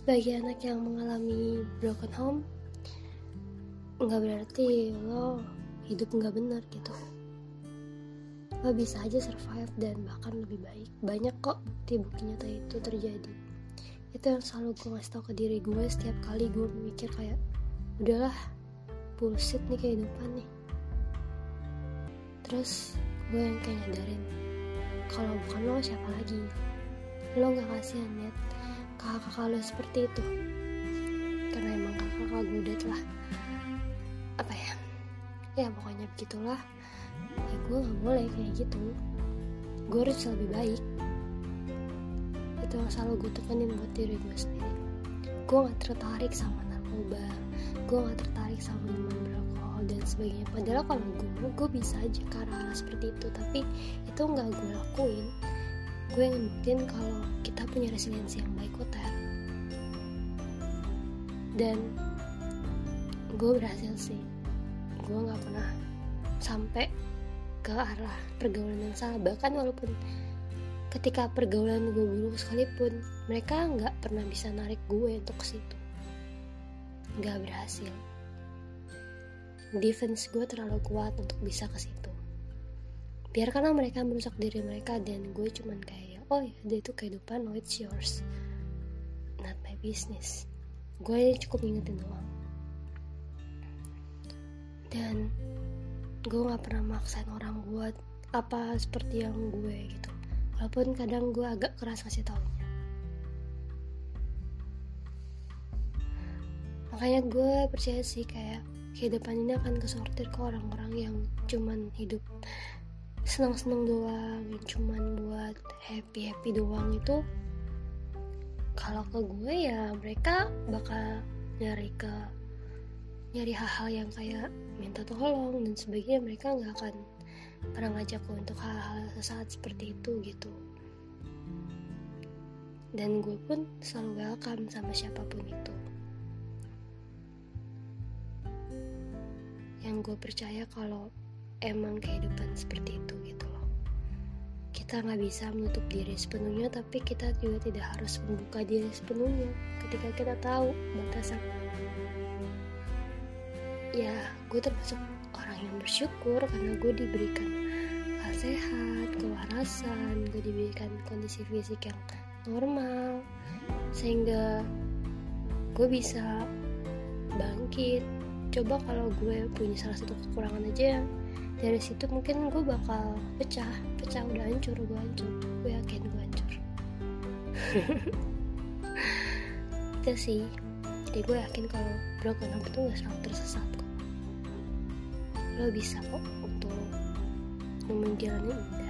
Bagi anak yang mengalami broken home, nggak berarti lo hidup nggak benar gitu. Lo bisa aja survive dan bahkan lebih baik. Banyak kok bukti nyata itu terjadi. Itu yang selalu gue ngasih tau ke diri gue setiap kali gue mikir kayak, udahlah, bullshit nih kehidupan nih. Terus gue yang kayak nyadarin, kalau bukan lo siapa lagi? Lo gak kasihan liat kakak-kakak lo seperti itu. Karena emang kakak-kakak gue udah telah ya pokoknya begitulah. Ya gue gak boleh kayak gitu. Gue harus lebih baik. Itu yang selalu gue tekanin buat diri gue sendiri. Gue gak tertarik sama narkoba, gue gak tertarik sama minuman beralkohol dan sebagainya. Padahal kalau gue bisa aja ke arah seperti itu, tapi itu gak gue lakuin. Gue yang buktiin kalau kita punya resiliensi yang baik kok. Dan gue berhasil sih. Gue gak pernah sampai ke arah pergaulan yang salah. Bahkan walaupun ketika pergaulan gue buruk sekalipun, mereka gak pernah bisa narik gue untuk ke situ. Gak berhasil. Defense gue terlalu kuat untuk bisa ke situ. Biarkanlah mereka merusak diri mereka, dan gue cuman kayak, oh ya itu kehidupan, no it's yours, not my business. Gue cukup ingetin doang. Dan gue gak pernah maksain orang buat apa seperti yang gue gitu. Walaupun kadang gue agak keras kasih taunya. Makanya gue percaya sih kayak kehidupan ini akan kesortir ke orang-orang yang cuman hidup senang-senang doang, yang cuman buat happy-happy doang. Itu kalau ke gue ya mereka bakal nyari hal-hal yang kayak minta tolong dan sebagainya. Mereka gak akan pernah ngajak gue untuk hal-hal sesaat seperti itu gitu. Dan gue pun selalu welcome sama siapapun itu. Yang gue percaya kalau emang kehidupan seperti itu gitu loh. Kita gak bisa menutup diri sepenuhnya, tapi kita juga tidak harus membuka diri sepenuhnya ketika kita tahu batasan. Ya, gue termasuk orang yang bersyukur karena gue diberikan akal sehat, kewarasan, gue diberikan kondisi fisik yang normal, sehingga gue bisa bangkit. Coba kalau gue punya salah satu kekurangan aja, dari situ mungkin gue bakal pecah udah hancur, gue yakin gue hancur. Itu sih. Jadi gue yakin kalau broken home itu gak selalu tersesat kok. Lo bisa kok untuk menjalani indah.